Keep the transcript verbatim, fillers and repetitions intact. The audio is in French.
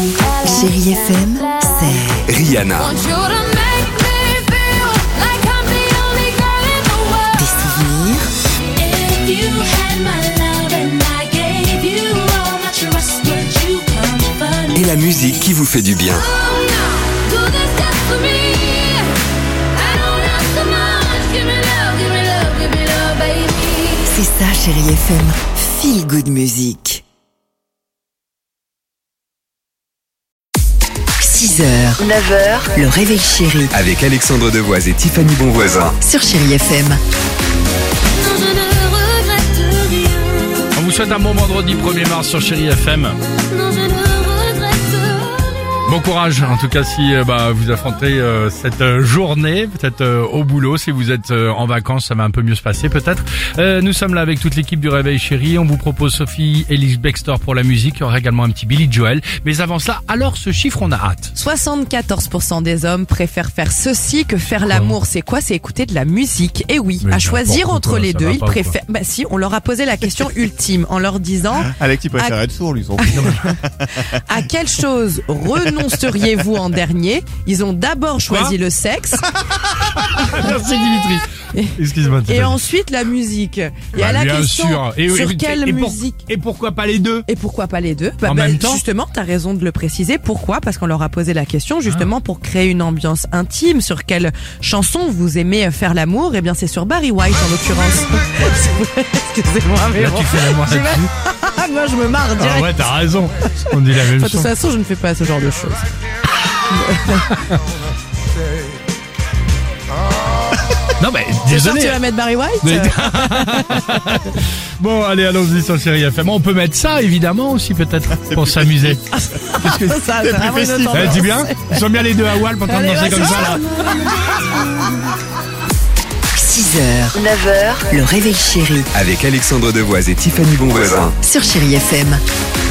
Chérie F M, c'est Rihanna. des souvenirs, Et la musique qui vous fait du bien. c'est ça Chérie F M, Feel Good Music. six heures, neuf heures, le réveil chéri Avec Alexandre Devoise et Tiffany Bonvoisin. sur Chérie F M. On vous souhaite un bon vendredi premier mars sur Chérie F M. Bon courage, en tout cas si euh, bah, vous affrontez euh, cette euh, journée, peut-être euh, au boulot, si vous êtes euh, en vacances, ça va un peu mieux se passer peut-être. Euh, nous sommes là avec toute l'équipe du Réveil Chéri, on vous propose Sophie Ellis Bextor pour la musique, il y aura également un petit Billy Joel. Mais avant cela, alors ce chiffre on a hâte. soixante-quatorze pour cent des hommes préfèrent faire ceci que faire l'amour. C'est quoi? C'est écouter de la musique. Et oui, Mais à choisir n'importe entre quoi, les ça deux, va ils pas, quoi. préfèrent... Bah si, on leur a posé la question ultime en leur disant Alex, il préfère À- être sourd, lui, son à quelle chose renonceriez-vous en dernier? Ils ont d'abord choisi le sexe Merci Dimitri. Excuse-moi. et Tiffany. ensuite la musique. Et Bah, à la bien question sûr. Et, sur et- quelle et pour- musique et pourquoi pas les deux? et pourquoi pas les deux? Bah, En bah, même temps justement, t'as raison de le préciser. Pourquoi? Parce qu'on leur a posé la question justement Ah. pour créer une ambiance intime. Sur quelle chanson vous aimez faire l'amour? Eh bien, c'est sur Barry White en l'occurrence. Excusez-moi, mais Là bon. tu fais la moi Je vais- là-dessus. Moi, je me marre direct. Ah ouais, t'as raison. On dit la même Enfin, de toute chose. façon, je ne fais pas ce genre de choses. Non mais C'est sûr que désolé. tu vas mettre Barry White? Mais- Euh, Bon, allez, allons-y sur Chérie F M. On peut mettre ça, évidemment, aussi, peut-être, pour s'amuser. ça, c'est vraiment une autre Eh, ambiance. dis bien, ils sont bien les deux à Walp en train de Allez, danser vas-y. comme ça, là. six heures, neuf heures, le réveil chéri Avec Alexandre Devoise et Tiffany Bonvoisin. sur Chérie F M.